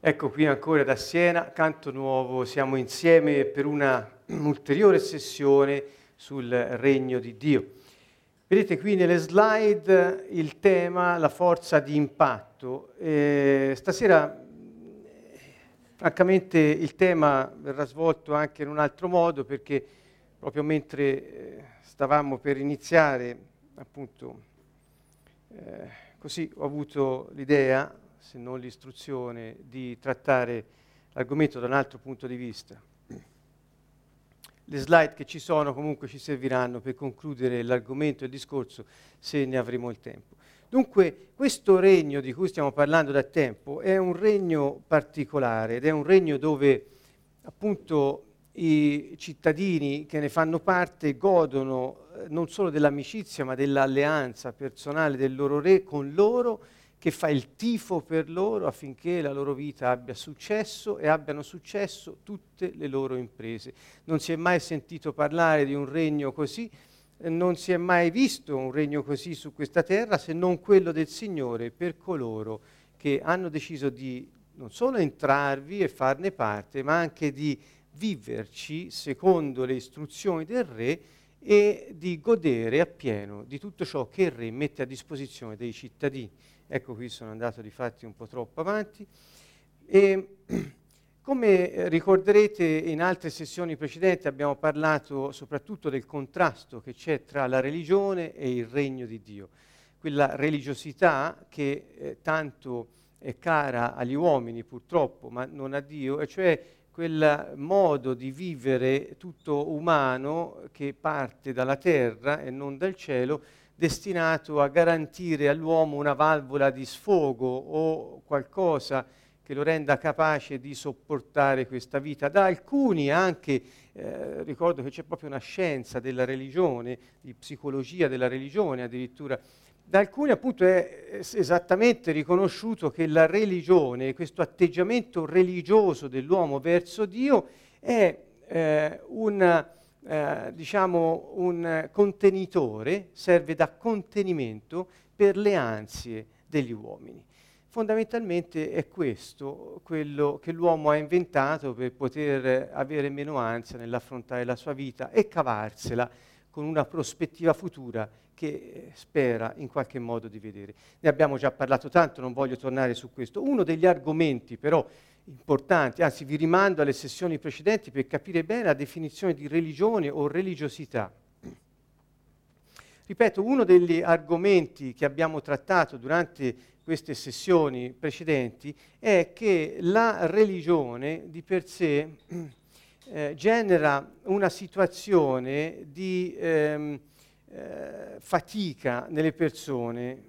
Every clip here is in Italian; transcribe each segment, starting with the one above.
Ecco qui ancora da Siena, Canto Nuovo, siamo insieme per una ulteriore sessione sul Regno di Dio. Vedete qui nelle slide il tema, la forza di impatto. Stasera, francamente, il tema verrà svolto anche in un altro modo perché proprio mentre stavamo per iniziare, appunto, così ho avuto l'idea, se non l'istruzione, di trattare l'argomento da un altro punto di vista. Le slide che ci sono comunque ci serviranno per concludere l'argomento e il discorso, se ne avremo il tempo. Dunque, questo regno di cui stiamo parlando da tempo è un regno particolare ed è un regno dove appunto i cittadini che ne fanno parte godono non solo dell'amicizia ma dell'alleanza personale del loro re con loro, che fa il tifo per loro affinché la loro vita abbia successo e abbiano successo tutte le loro imprese. Non si è mai sentito parlare di un regno così, non si è mai visto un regno così su questa terra se non quello del Signore per coloro che hanno deciso di non solo entrarvi e farne parte, ma anche di viverci secondo le istruzioni del Re e di godere appieno di tutto ciò che il Re mette a disposizione dei cittadini. Ecco, qui sono andato di fatti un po' troppo avanti. E come ricorderete in altre sessioni precedenti abbiamo parlato soprattutto del contrasto che c'è tra la religione e il regno di Dio. Quella religiosità che tanto è cara agli uomini purtroppo, ma non a Dio, e cioè quel modo di vivere tutto umano che parte dalla terra e non dal cielo, destinato a garantire all'uomo una valvola di sfogo o qualcosa che lo renda capace di sopportare questa vita. Da alcuni anche, ricordo che c'è proprio una scienza della religione, di psicologia della religione addirittura, da alcuni appunto è esattamente riconosciuto che la religione, questo atteggiamento religioso dell'uomo verso Dio è diciamo un contenitore, serve da contenimento per le ansie degli uomini. Fondamentalmente è questo quello che l'uomo ha inventato per poter avere meno ansia nell'affrontare la sua vita e cavarsela con una prospettiva futura che spera in qualche modo di vedere. Ne abbiamo già parlato tanto, non voglio tornare su questo. Uno degli argomenti però importanti, anzi vi rimando alle sessioni precedenti per capire bene la definizione di religione o religiosità. Ripeto, uno degli argomenti che abbiamo trattato durante queste sessioni precedenti è che la religione di per sé genera una situazione di fatica nelle persone.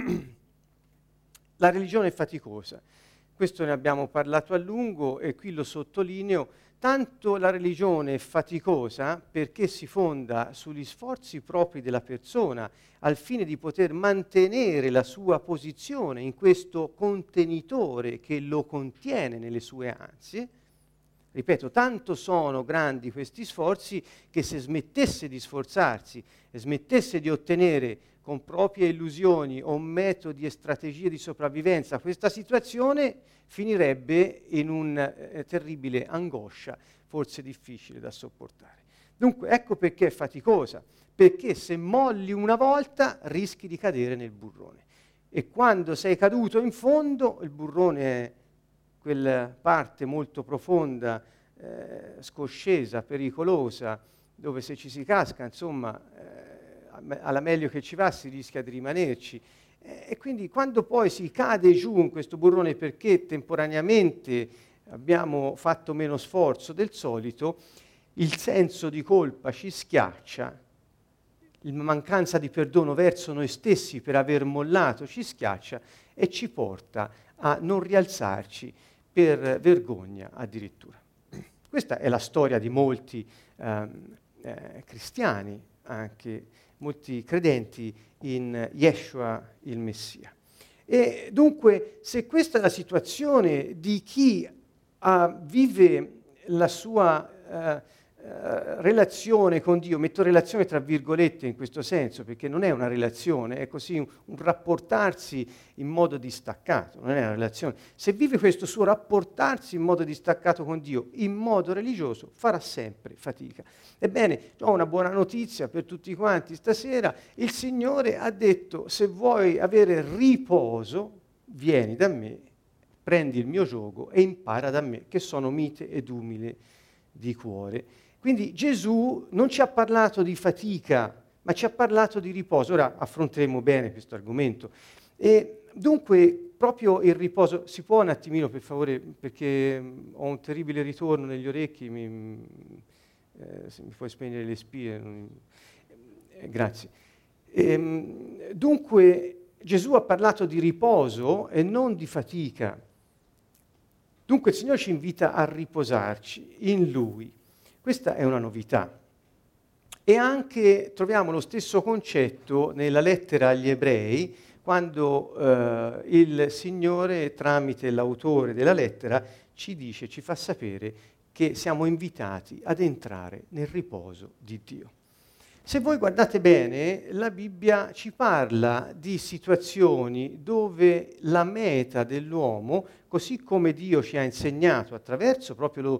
La religione è faticosa. Questo ne abbiamo parlato a lungo e qui lo sottolineo. Tanto la religione è faticosa perché si fonda sugli sforzi propri della persona al fine di poter mantenere la sua posizione in questo contenitore che lo contiene nelle sue ansie. Ripeto, tanto sono grandi questi sforzi che se smettesse di sforzarsi e smettesse di ottenere con proprie illusioni o metodi e strategie di sopravvivenza questa situazione, finirebbe in una terribile angoscia, forse difficile da sopportare. Dunque, ecco perché è faticosa, perché se molli una volta rischi di cadere nel burrone. E quando sei caduto in fondo, il burrone è quella parte molto profonda, scoscesa, pericolosa, dove se ci si casca, insomma, alla meglio che ci va si rischia di rimanerci. E quindi quando poi si cade giù in questo burrone perché temporaneamente abbiamo fatto meno sforzo del solito, il senso di colpa ci schiaccia, la mancanza di perdono verso noi stessi per aver mollato ci schiaccia e ci porta a non rialzarci per vergogna addirittura. Questa è la storia di molti cristiani, anche molti credenti in Yeshua il Messia. E dunque, se questa è la situazione di chi vive la sua relazione con Dio, metto relazione tra virgolette in questo senso, perché non è una relazione, è così un rapportarsi in modo distaccato, non è una relazione. Se vive questo suo rapportarsi in modo distaccato con Dio, in modo religioso, farà sempre fatica. Ebbene, ho una buona notizia per tutti quanti stasera, il Signore ha detto: se vuoi avere riposo, vieni da me, prendi il mio giogo e impara da me, che sono mite ed umile di cuore. Quindi Gesù non ci ha parlato di fatica, ma ci ha parlato di riposo. Ora affronteremo bene questo argomento. E dunque, proprio il riposo, si può un attimino, per favore, perché ho un terribile ritorno negli orecchi, se mi puoi spegnere le spie. Grazie. Dunque, Gesù ha parlato di riposo e non di fatica. Dunque il Signore ci invita a riposarci in Lui. Questa è una novità. E anche troviamo lo stesso concetto nella lettera agli Ebrei, quando il Signore, tramite l'autore della lettera, ci dice, ci fa sapere che siamo invitati ad entrare nel riposo di Dio. Se voi guardate bene, la Bibbia ci parla di situazioni dove la meta dell'uomo, così come Dio ci ha insegnato attraverso proprio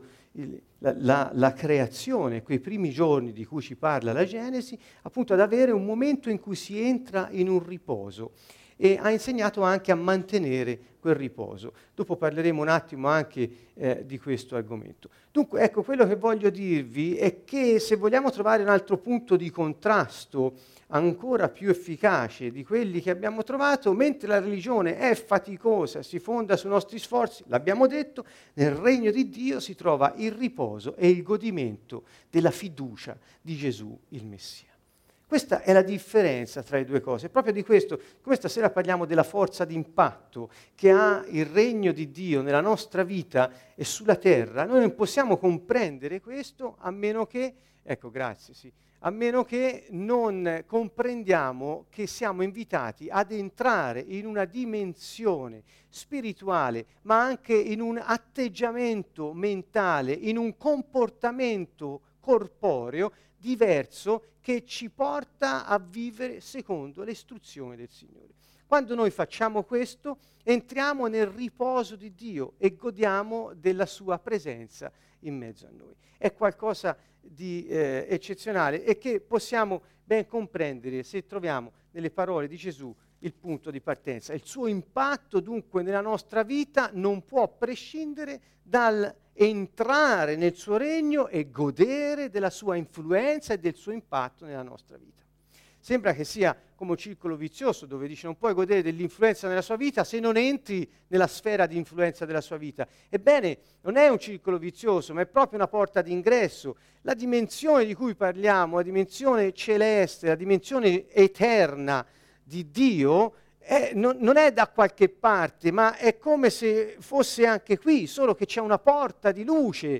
la creazione, quei primi giorni di cui ci parla la Genesi, appunto ad avere un momento in cui si entra in un riposo, e ha insegnato anche a mantenere quel riposo. Dopo parleremo un attimo anche di questo argomento. Dunque, ecco, quello che voglio dirvi è che se vogliamo trovare un altro punto di contrasto ancora più efficace di quelli che abbiamo trovato, mentre la religione è faticosa, si fonda sui nostri sforzi, l'abbiamo detto, nel regno di Dio si trova il riposo e il godimento della fiducia di Gesù, il Messia. Questa è la differenza tra le due cose. Proprio di questo, come stasera parliamo della forza d'impatto che ha il regno di Dio nella nostra vita e sulla terra, noi non possiamo comprendere questo a meno che, ecco, grazie, sì, a meno che non comprendiamo che siamo invitati ad entrare in una dimensione spirituale, ma anche in un atteggiamento mentale, in un comportamento corporeo diverso che ci porta a vivere secondo le istruzioni del Signore. Quando noi facciamo questo, entriamo nel riposo di Dio e godiamo della sua presenza in mezzo a noi. È qualcosa di eccezionale e che possiamo ben comprendere se troviamo nelle parole di Gesù il punto di partenza. Il suo impatto dunque nella nostra vita non può prescindere dal entrare nel suo regno e godere della sua influenza e del suo impatto nella nostra vita. Sembra che sia come un circolo vizioso dove dice non puoi godere dell'influenza nella sua vita se non entri nella sfera di influenza della sua vita. Ebbene, non è un circolo vizioso, ma è proprio una porta d'ingresso. La dimensione di cui parliamo, la dimensione celeste, la dimensione eterna di Dio, non è da qualche parte, ma è come se fosse anche qui, solo che c'è una porta di luce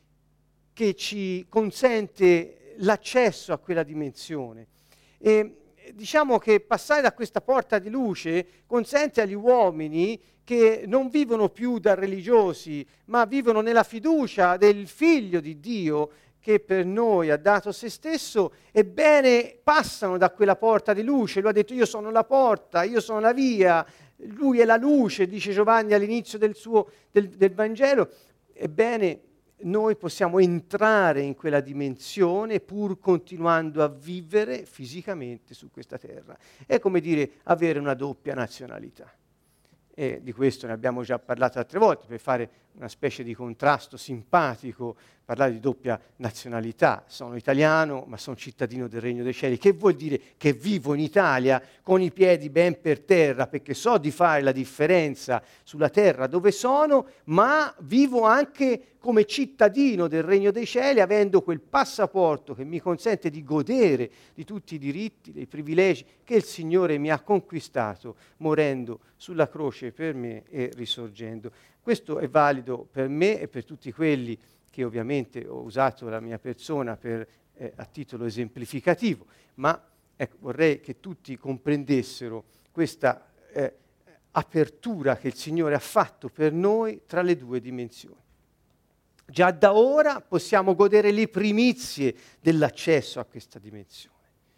che ci consente l'accesso a quella dimensione. E diciamo che passare da questa porta di luce consente agli uomini che non vivono più da religiosi, ma vivono nella fiducia del Figlio di Dio che per noi ha dato se stesso, ebbene passano da quella porta di luce. Lui ha detto io sono la porta, io sono la via, lui è la luce, dice Giovanni all'inizio del Vangelo. Ebbene, noi possiamo entrare in quella dimensione pur continuando a vivere fisicamente su questa terra. È come dire avere una doppia nazionalità. E di questo ne abbiamo già parlato altre volte, per fare una specie di contrasto simpatico, parlare di doppia nazionalità. Sono italiano, ma sono cittadino del Regno dei Cieli. Che vuol dire? Che vivo in Italia con i piedi ben per terra, perché so di fare la differenza sulla terra dove sono, ma vivo anche come cittadino del Regno dei Cieli, avendo quel passaporto che mi consente di godere di tutti i diritti, dei privilegi che il Signore mi ha conquistato morendo sulla croce per me e risorgendo. Questo è valido per me e per tutti quelli che ovviamente ho usato la mia persona a titolo esemplificativo, ma ecco, vorrei che tutti comprendessero questa apertura che il Signore ha fatto per noi tra le due dimensioni. Già da ora possiamo godere le primizie dell'accesso a questa dimensione.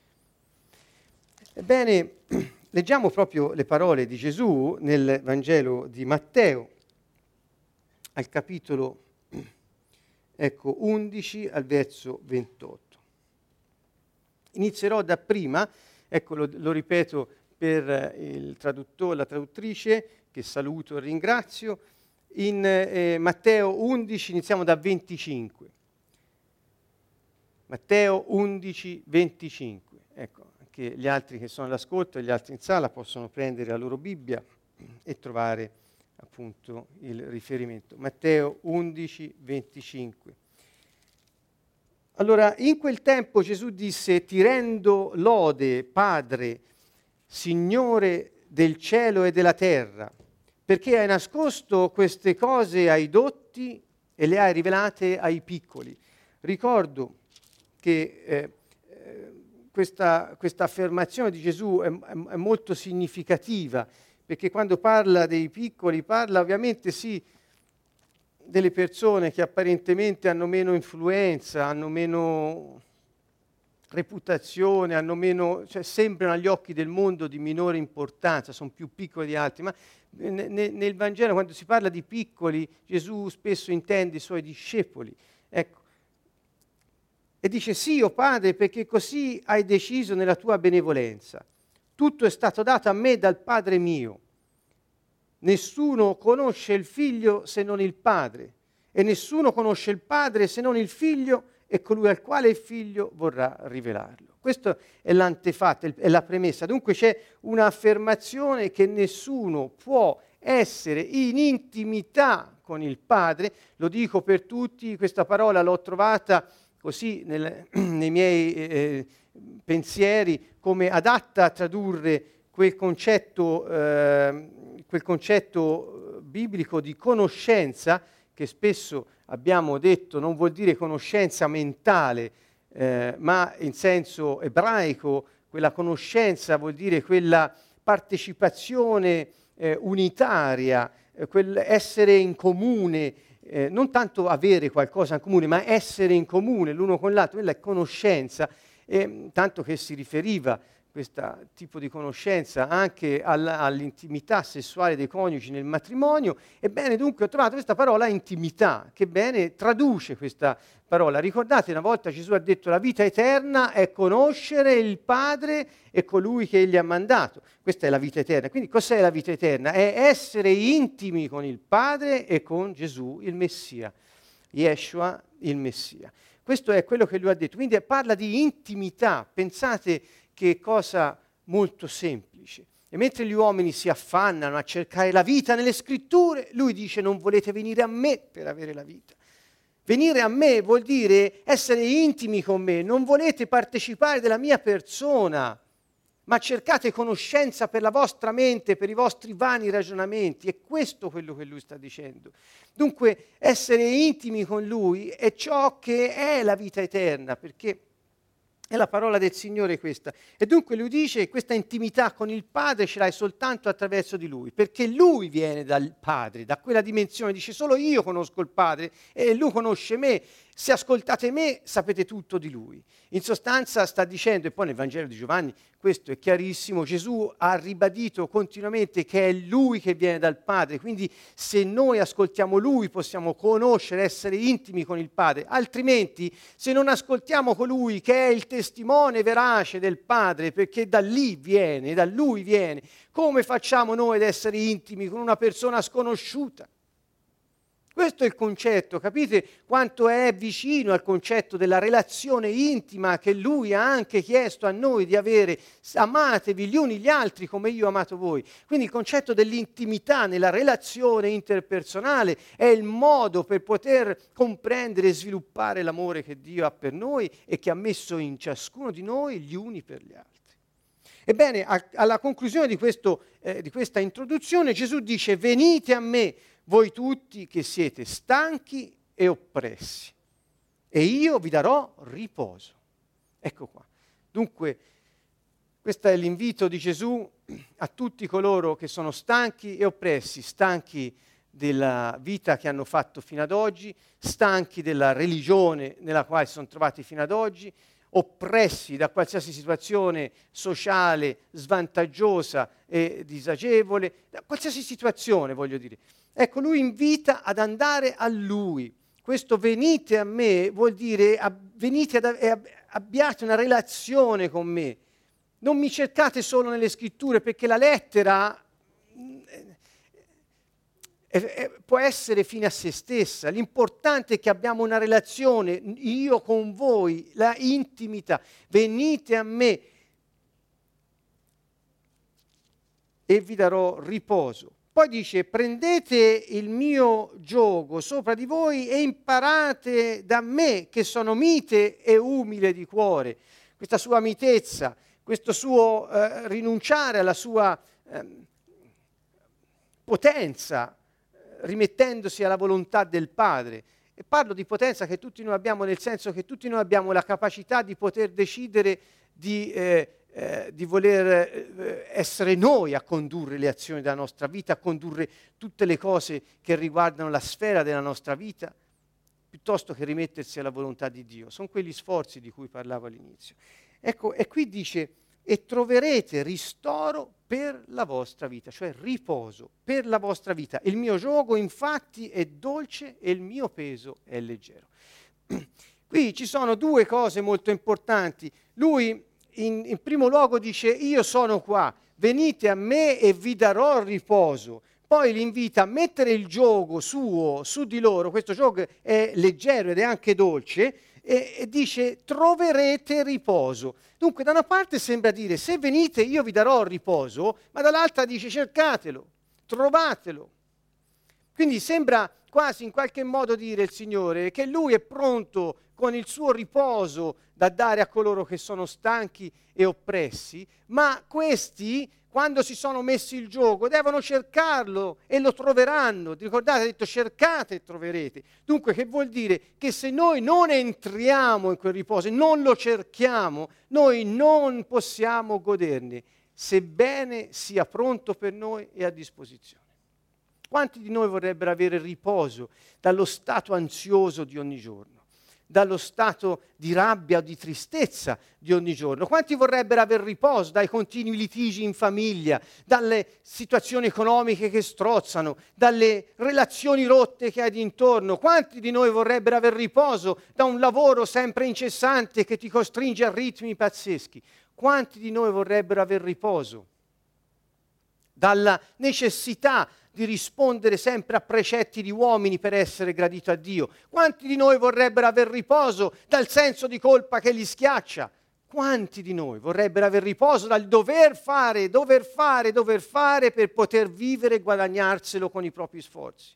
Ebbene, leggiamo proprio le parole di Gesù nel Vangelo di Matteo, al capitolo 11 al verso 28. Inizierò da prima, lo ripeto per il traduttore, la traduttrice, che saluto e ringrazio. In Matteo 11 iniziamo da 25. Matteo 11, 25. Ecco, anche gli altri che sono all'ascolto e gli altri in sala possono prendere la loro Bibbia e trovare appunto il riferimento. Matteo 11, 25. Allora, in quel tempo Gesù disse: ti rendo lode, Padre, Signore del cielo e della terra, perché hai nascosto queste cose ai dotti e le hai rivelate ai piccoli. Ricordo che questa affermazione di Gesù è molto significativa, perché quando parla dei piccoli parla ovviamente sì delle persone che apparentemente hanno meno influenza, hanno meno reputazione, hanno meno, cioè sembrano agli occhi del mondo di minore importanza, sono più piccoli di altri, ma nel Vangelo quando si parla di piccoli Gesù spesso intende i suoi discepoli. Ecco. E dice: sì, o Padre, perché così hai deciso nella tua benevolenza. Tutto è stato dato a me dal Padre mio. Nessuno conosce il Figlio se non il Padre, e nessuno conosce il Padre se non il Figlio e colui al quale il Figlio vorrà rivelarlo. Questo è l'antefatto, è la premessa. Dunque c'è un'affermazione che nessuno può essere in intimità con il Padre. Lo dico per tutti, questa parola l'ho trovata così nei miei pensieri come adatta a tradurre quel concetto biblico di conoscenza, che spesso abbiamo detto non vuol dire conoscenza mentale, ma in senso ebraico quella conoscenza vuol dire quella partecipazione unitaria, quel essere in comune, non tanto avere qualcosa in comune, ma essere in comune l'uno con l'altro, quella è conoscenza, tanto che si riferiva questo tipo di conoscenza anche all'intimità sessuale dei coniugi nel matrimonio. Ebbene, dunque ho trovato questa parola intimità, che bene traduce questa parola. Ricordate, una volta Gesù ha detto: la vita eterna è conoscere il Padre e colui che egli ha mandato. Questa è la vita eterna. Quindi cos'è la vita eterna? È essere intimi con il Padre e con Gesù, il Messia, Yeshua, il Messia. Questo è quello che lui ha detto. Quindi parla di intimità. Pensate che cosa molto semplice. E mentre gli uomini si affannano a cercare la vita nelle scritture, lui dice: non volete venire a me per avere la vita. Venire a me vuol dire essere intimi con me, non volete partecipare della mia persona, ma cercate conoscenza per la vostra mente, per i vostri vani ragionamenti. È questo quello che lui sta dicendo. Dunque, essere intimi con lui è ciò che è la vita eterna, perché è la parola del Signore questa. E dunque lui dice che questa intimità con il Padre ce l'hai soltanto attraverso di Lui, perché Lui viene dal Padre, da quella dimensione. Dice: solo io conosco il Padre e Lui conosce me. Se ascoltate me, sapete tutto di Lui. In sostanza sta dicendo, e poi nel Vangelo di Giovanni questo è chiarissimo, Gesù ha ribadito continuamente che è Lui che viene dal Padre, quindi se noi ascoltiamo Lui possiamo conoscere, essere intimi con il Padre, altrimenti se non ascoltiamo colui che è il testimone verace del Padre, perché da lì viene, da Lui viene, come facciamo noi ad essere intimi con una persona sconosciuta? Questo è il concetto, capite quanto è vicino al concetto della relazione intima che Lui ha anche chiesto a noi di avere: amatevi gli uni gli altri come io ho amato voi. Quindi il concetto dell'intimità nella relazione interpersonale è il modo per poter comprendere e sviluppare l'amore che Dio ha per noi e che ha messo in ciascuno di noi gli uni per gli altri. Ebbene, alla conclusione di questa introduzione Gesù dice: venite a me, voi tutti che siete stanchi e oppressi, e io vi darò riposo. Ecco qua. Dunque, questo è l'invito di Gesù a tutti coloro che sono stanchi e oppressi, stanchi della vita che hanno fatto fino ad oggi, stanchi della religione nella quale si sono trovati fino ad oggi, oppressi da qualsiasi situazione sociale svantaggiosa e disagevole, da qualsiasi situazione, voglio dire. Ecco, lui invita ad andare a lui. Questo venite a me vuol dire abbiate una relazione con me. Non mi cercate solo nelle scritture, perché la lettera può essere fine a se stessa. L'importante è che abbiamo una relazione, io con voi, la intimità. Venite a me e vi darò riposo. Poi dice, prendete il mio giogo sopra di voi e imparate da me, che sono mite e umile di cuore. Questa sua mitezza, questo suo rinunciare alla sua potenza, rimettendosi alla volontà del Padre. E parlo di potenza che tutti noi abbiamo, nel senso che tutti noi abbiamo la capacità di poter decidere di voler essere noi a condurre le azioni della nostra vita, a condurre tutte le cose che riguardano la sfera della nostra vita, piuttosto che rimettersi alla volontà di Dio. Sono quegli sforzi di cui parlavo all'inizio. Ecco, e qui dice, e troverete ristoro per la vostra vita, cioè riposo per la vostra vita. Il mio giogo infatti è dolce e il mio peso è leggero. Qui ci sono due cose molto importanti. Lui in primo luogo dice, io sono qua, venite a me e vi darò riposo. Poi li invita a mettere il giogo suo su di loro, questo giogo è leggero ed è anche dolce, e dice troverete riposo. Dunque da una parte sembra dire se venite io vi darò riposo, ma dall'altra dice cercatelo, trovatelo. Quindi sembra quasi in qualche modo dire il Signore che Lui è pronto con il suo riposo da dare a coloro che sono stanchi e oppressi, ma questi, quando si sono messi il gioco, devono cercarlo e lo troveranno. Ricordate, ha detto cercate e troverete. Dunque, che vuol dire? Che se noi non entriamo in quel riposo e non lo cerchiamo, noi non possiamo goderne, sebbene sia pronto per noi e a disposizione. Quanti di noi vorrebbero avere riposo dallo stato ansioso di ogni giorno? Dallo stato di rabbia o di tristezza di ogni giorno? Quanti vorrebbero aver riposo dai continui litigi in famiglia, dalle situazioni economiche che strozzano, dalle relazioni rotte che hai d'intorno? Quanti di noi vorrebbero aver riposo da un lavoro sempre incessante che ti costringe a ritmi pazzeschi? Quanti di noi vorrebbero aver riposo dalla necessità di rispondere sempre a precetti di uomini per essere gradito a Dio? Quanti di noi vorrebbero aver riposo dal senso di colpa che li schiaccia? Quanti di noi vorrebbero aver riposo dal dover fare per poter vivere e guadagnarselo con i propri sforzi?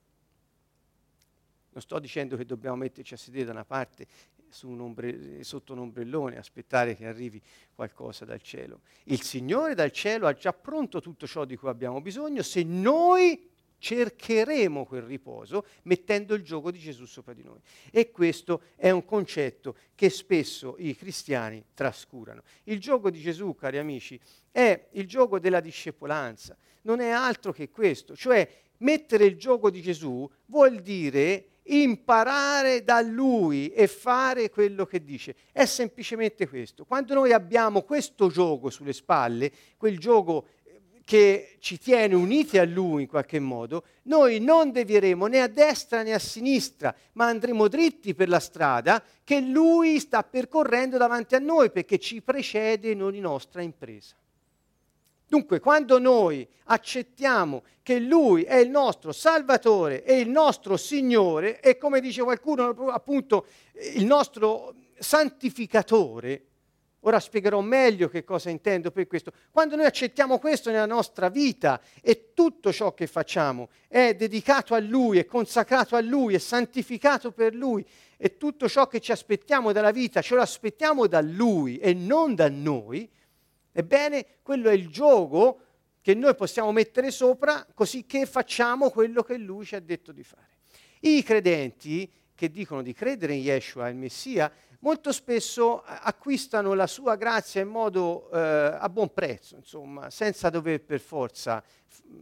Non sto dicendo che dobbiamo metterci a sedere da una parte sotto un ombrellone, aspettare che arrivi qualcosa dal cielo. Il Signore dal cielo ha già pronto tutto ciò di cui abbiamo bisogno se noi cercheremo quel riposo mettendo il giogo di Gesù sopra di noi. E questo è un concetto che spesso i cristiani trascurano. Il giogo di Gesù, cari amici, è il giogo della discepolanza. Non è altro che questo, cioè mettere il giogo di Gesù vuol dire imparare da Lui e fare quello che dice. È semplicemente questo. Quando noi abbiamo questo giogo sulle spalle, quel giogo che ci tiene uniti a Lui in qualche modo, noi non devieremo né a destra né a sinistra, ma andremo dritti per la strada che Lui sta percorrendo davanti a noi, perché ci precede in ogni nostra impresa. Dunque, quando noi accettiamo che Lui è il nostro Salvatore e il nostro Signore, e come dice qualcuno, appunto, il nostro santificatore, ora spiegherò meglio che cosa intendo per questo. Quando noi accettiamo questo nella nostra vita e tutto ciò che facciamo è dedicato a Lui, è consacrato a Lui, è santificato per Lui, e tutto ciò che ci aspettiamo dalla vita ce lo aspettiamo da Lui e non da noi, ebbene, quello è il gioco che noi possiamo mettere sopra, così che facciamo quello che Lui ci ha detto di fare. I credenti che dicono di credere in Yeshua, il Messia, molto spesso acquistano la sua grazia in modo a buon prezzo, insomma, senza dover per forza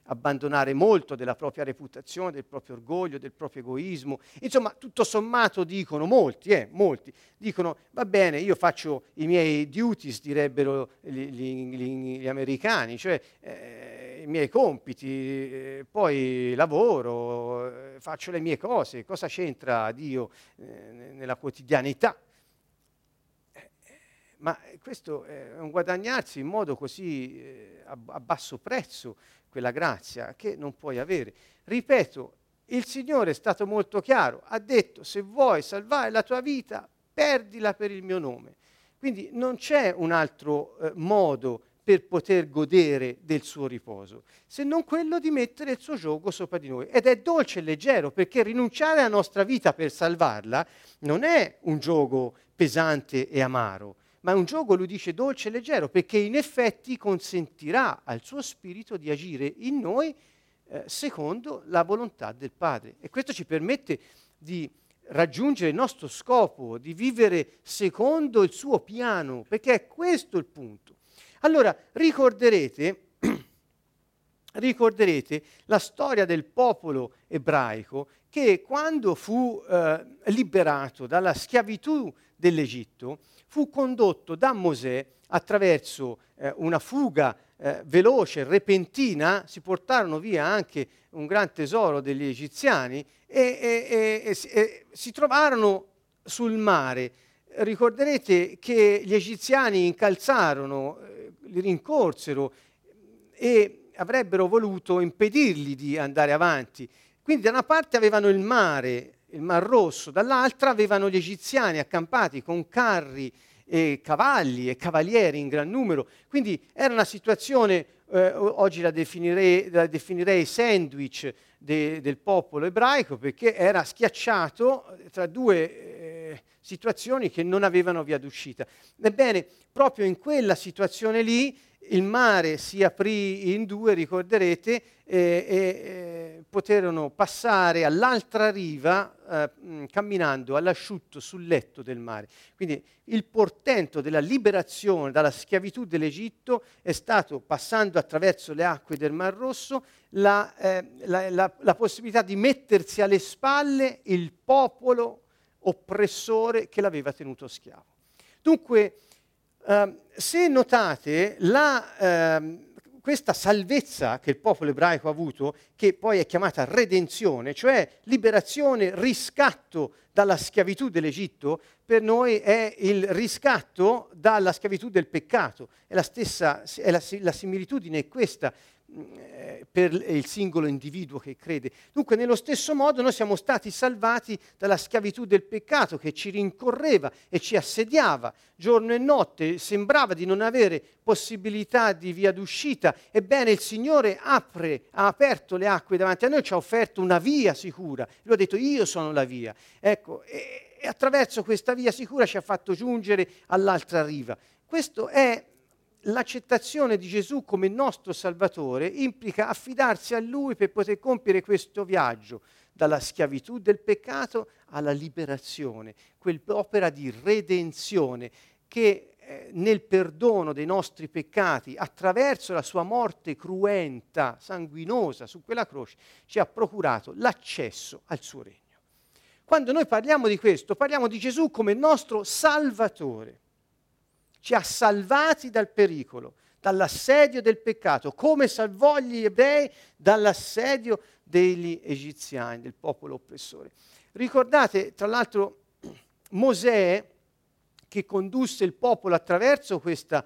abbandonare molto della propria reputazione, del proprio orgoglio, del proprio egoismo. Insomma, tutto sommato dicono molti, dicono va bene, io faccio i miei duties, direbbero gli americani, cioè i miei compiti, poi lavoro, faccio le mie cose, cosa c'entra Dio nella quotidianità? Ma questo è un guadagnarsi in modo così a basso prezzo quella grazia che non puoi avere. Ripeto, il Signore è stato molto chiaro, ha detto se vuoi salvare la tua vita, perdila per il mio nome. Quindi non c'è un altro modo per poter godere del suo riposo, se non quello di mettere il suo giogo sopra di noi. Ed è dolce e leggero, perché rinunciare alla nostra vita per salvarla non è un giogo pesante e amaro, ma è un gioco, lui dice, dolce e leggero, perché in effetti consentirà al suo spirito di agire in noi secondo la volontà del Padre. E questo ci permette di raggiungere il nostro scopo, di vivere secondo il suo piano, perché è questo il punto. Allora, ricorderete la storia del popolo ebraico che quando fu liberato dalla schiavitù dell'Egitto, fu condotto da Mosè attraverso una fuga veloce, repentina, si portarono via anche un gran tesoro degli egiziani e si trovarono sul mare. Ricorderete che gli egiziani incalzarono, li rincorsero e avrebbero voluto impedirgli di andare avanti. Quindi da una parte avevano il Mar Rosso, dall'altra avevano gli egiziani accampati con carri e cavalli e cavalieri in gran numero. Quindi era una situazione, oggi la definirei sandwich del popolo ebraico, perché era schiacciato tra due situazioni che non avevano via d'uscita. Ebbene, proprio in quella situazione lì, il mare si aprì in due, ricorderete, e poterono passare all'altra riva camminando all'asciutto sul letto del mare. Quindi il portento della liberazione dalla schiavitù dell'Egitto è stato, passando attraverso le acque del Mar Rosso, la possibilità di mettersi alle spalle il popolo oppressore che l'aveva tenuto schiavo. Dunque, se notate, questa salvezza che il popolo ebraico ha avuto, che poi è chiamata redenzione, cioè liberazione, riscatto dalla schiavitù dell'Egitto, per noi è il riscatto dalla schiavitù del peccato. È la stessa, la similitudine è questa per il singolo individuo che crede. Dunque, nello stesso modo noi siamo stati salvati dalla schiavitù del peccato che ci rincorreva e ci assediava giorno e notte, sembrava di non avere possibilità di via d'uscita. Ebbene, il Signore ha aperto le acque davanti a noi, ci ha offerto una via sicura. Lui ha detto: io sono la via. Ecco, e attraverso questa via sicura ci ha fatto giungere all'altra riva. Questo è l'accettazione di Gesù come nostro Salvatore, implica affidarsi a Lui per poter compiere questo viaggio dalla schiavitù del peccato alla liberazione, quell'opera di redenzione che nel perdono dei nostri peccati, attraverso la sua morte cruenta, sanguinosa su quella croce, ci ha procurato l'accesso al suo regno. Quando noi parliamo di questo, parliamo di Gesù come nostro Salvatore. Ci ha salvati dal pericolo, dall'assedio del peccato, come salvò gli ebrei dall'assedio degli egiziani, del popolo oppressore. Ricordate, tra l'altro, Mosè, che condusse il popolo attraverso questa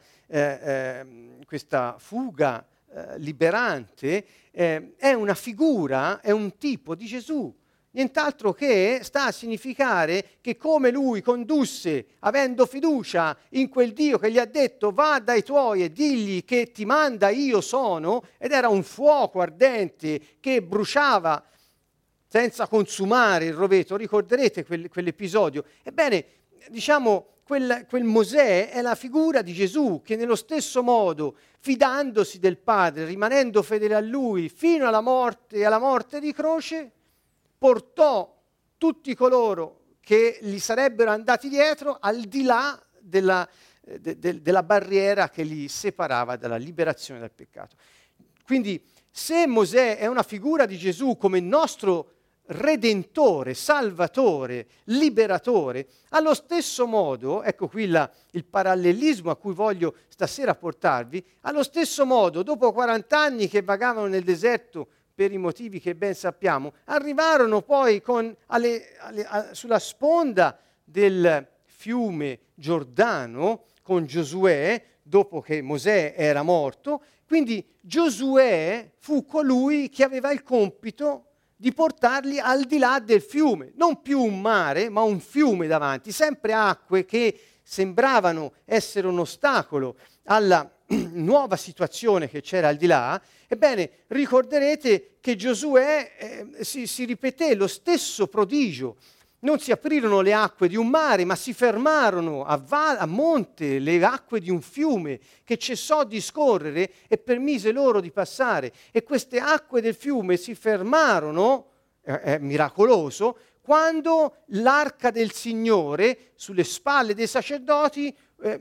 fuga liberante, è una figura, è un tipo di Gesù. Nient'altro che sta a significare che come lui condusse, avendo fiducia in quel Dio che gli ha detto: va dai tuoi e digli che ti manda io sono, ed era un fuoco ardente che bruciava senza consumare il roveto. Ricorderete quell'episodio? Ebbene, diciamo, quel Mosè è la figura di Gesù che nello stesso modo, fidandosi del Padre, rimanendo fedele a Lui fino alla morte di croce, portò tutti coloro che gli sarebbero andati dietro al di là della barriera che li separava dalla liberazione dal peccato. Quindi se Mosè è una figura di Gesù come nostro Redentore, Salvatore, Liberatore, allo stesso modo, ecco qui il parallelismo a cui voglio stasera portarvi, allo stesso modo, dopo 40 anni che vagavano nel deserto per i motivi che ben sappiamo, arrivarono poi sulla sponda del fiume Giordano con Giosuè, dopo che Mosè era morto. Quindi Giosuè fu colui che aveva il compito di portarli al di là del fiume, non più un mare, ma un fiume davanti, sempre acque che sembravano essere un ostacolo alla nuova situazione che c'era al di là. Ebbene, ricorderete che Giosuè si ripeté lo stesso prodigio. Non si aprirono le acque di un mare, ma si fermarono a monte le acque di un fiume che cessò di scorrere e permise loro di passare. E queste acque del fiume si fermarono, è miracoloso, quando l'arca del Signore sulle spalle dei sacerdoti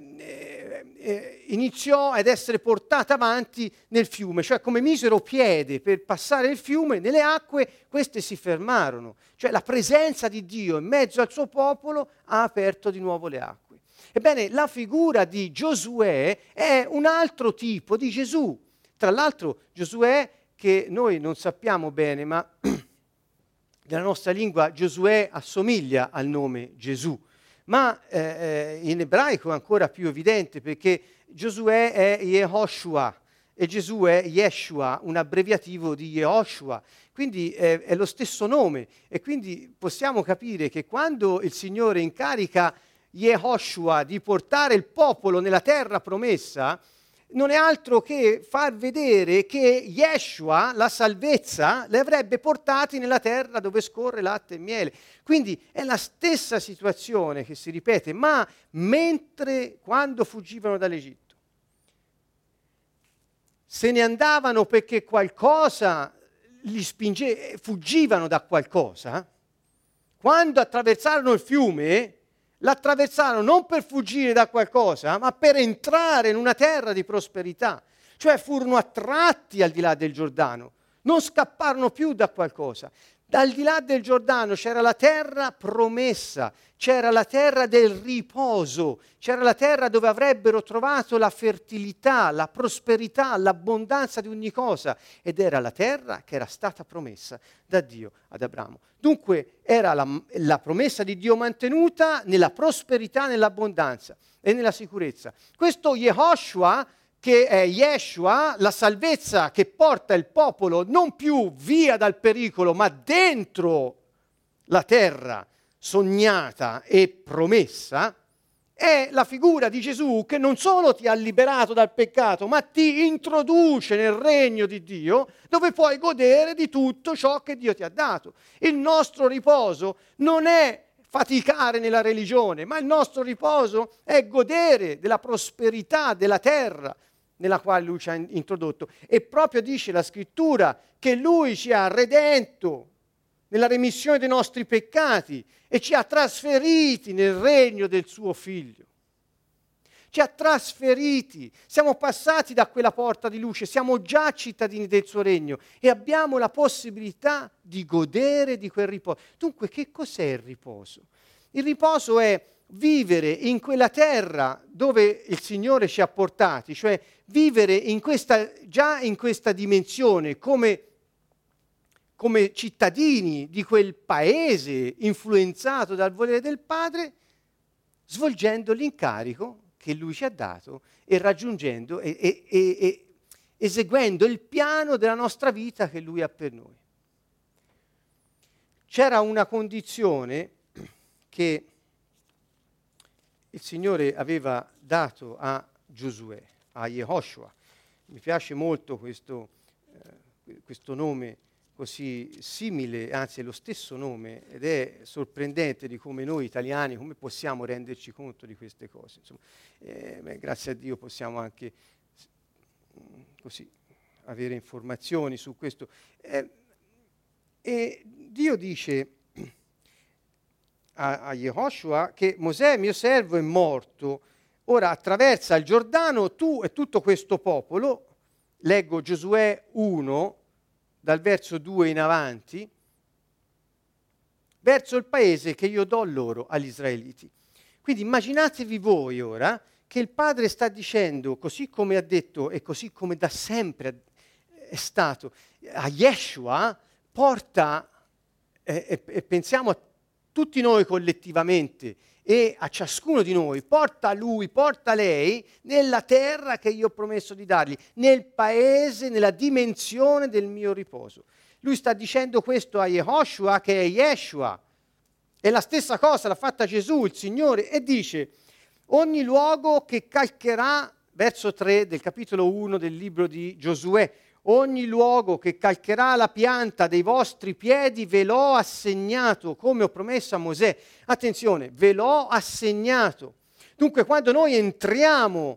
iniziò ad essere portata avanti nel fiume, cioè come misero piede per passare il fiume, nelle acque queste si fermarono, cioè la presenza di Dio in mezzo al suo popolo ha aperto di nuovo le acque. Ebbene, la figura di Giosuè è un altro tipo di Gesù. Tra l'altro Giosuè, che noi non sappiamo bene, ma nella nostra lingua Giosuè assomiglia al nome Gesù. Ma in ebraico è ancora più evidente perché Giosuè è Yehoshua e Gesù è Yeshua, un abbreviativo di Yehoshua. Quindi è lo stesso nome e quindi possiamo capire che quando il Signore incarica Yehoshua di portare il popolo nella terra promessa, non è altro che far vedere che Yeshua, la salvezza, li avrebbe portati nella terra dove scorre latte e miele. Quindi è la stessa situazione che si ripete, ma mentre quando fuggivano dall'Egitto se ne andavano perché qualcosa li spingeva, fuggivano da qualcosa, quando attraversarono il fiume, l'attraversarono non per fuggire da qualcosa, ma per entrare in una terra di prosperità. Cioè furono attratti al di là del Giordano, non scapparono più da qualcosa. Dal di là del Giordano c'era la terra promessa, c'era la terra del riposo, c'era la terra dove avrebbero trovato la fertilità, la prosperità, l'abbondanza di ogni cosa. Ed era la terra che era stata promessa da Dio ad Abramo. Dunque era la promessa di Dio mantenuta nella prosperità, nell'abbondanza e nella sicurezza. Questo Yehoshua, che è Yeshua, la salvezza che porta il popolo non più via dal pericolo, ma dentro la terra sognata e promessa, è la figura di Gesù che non solo ti ha liberato dal peccato, ma ti introduce nel regno di Dio, dove puoi godere di tutto ciò che Dio ti ha dato. Il nostro riposo non è faticare nella religione, ma il nostro riposo è godere della prosperità della terra nella quale Lui ci ha introdotto. E proprio dice la Scrittura che Lui ci ha redento nella remissione dei nostri peccati e ci ha trasferiti nel regno del suo Figlio. Ci ha trasferiti, siamo passati da quella porta di luce, siamo già cittadini del suo regno e abbiamo la possibilità di godere di quel riposo. Dunque, che cos'è il riposo? Il riposo è vivere in quella terra dove il Signore ci ha portati, cioè vivere già in questa dimensione come cittadini di quel paese influenzato dal volere del Padre, svolgendo l'incarico che Lui ci ha dato e raggiungendo e eseguendo il piano della nostra vita che Lui ha per noi. C'era una condizione che il Signore aveva dato a Giosuè, a Yehoshua. Mi piace molto questo nome così simile, anzi è lo stesso nome, ed è sorprendente di come noi italiani, come possiamo renderci conto di queste cose. Insomma, grazie a Dio possiamo anche così avere informazioni su questo. E Dio dice a Yehoshua che Mosè, mio servo, è morto, ora attraversa il Giordano tu e tutto questo popolo. Leggo Giosuè 1, dal verso 2 in avanti, verso il paese che io do loro, agli israeliti. Quindi immaginatevi voi ora che il Padre sta dicendo, così come ha detto e così come da sempre è stato, a Yeshua porta, e pensiamo a tutti noi collettivamente e a ciascuno di noi, porta lui, porta lei nella terra che io ho promesso di dargli, nel paese, nella dimensione del mio riposo. Lui sta dicendo questo a Yehoshua, che è Yeshua. E la stessa cosa l'ha fatta Gesù, il Signore, e dice: ogni luogo che calcherà, verso 3 del capitolo 1 del libro di Giosuè, ogni luogo che calcherà la pianta dei vostri piedi ve l'ho assegnato, come ho promesso a Mosè. Attenzione, ve l'ho assegnato. Dunque, quando noi entriamo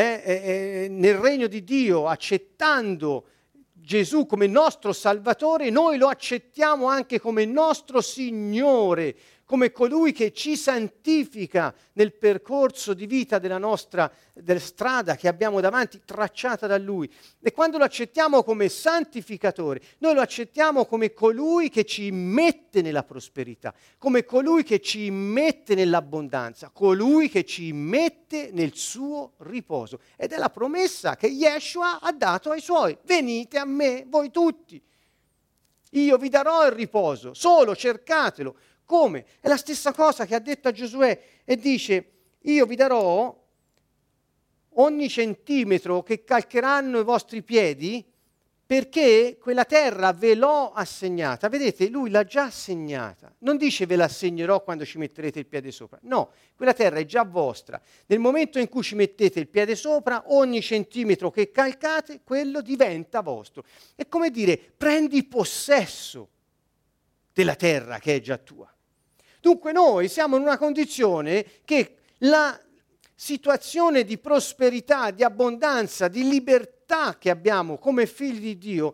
nel regno di Dio, accettando Gesù come nostro Salvatore, noi lo accettiamo anche come nostro Signore, come colui che ci santifica nel percorso di vita della strada che abbiamo davanti, tracciata da Lui. E quando lo accettiamo come santificatore, noi lo accettiamo come colui che ci immette nella prosperità, come colui che ci immette nell'abbondanza, colui che ci immette nel suo riposo. Ed è la promessa che Yeshua ha dato ai Suoi: venite a me, voi tutti. Io vi darò il riposo, solo cercatelo. Come? È la stessa cosa che ha detto a Giosuè e dice: io vi darò ogni centimetro che calcheranno i vostri piedi, perché quella terra ve l'ho assegnata. Vedete, lui l'ha già assegnata. Non dice ve la assegnerò quando ci metterete il piede sopra. No, quella terra è già vostra. Nel momento in cui ci mettete il piede sopra, ogni centimetro che calcate, quello diventa vostro. È come dire: prendi possesso della terra che è già tua. Dunque noi siamo in una condizione che la situazione di prosperità, di abbondanza, di libertà che abbiamo come figli di Dio,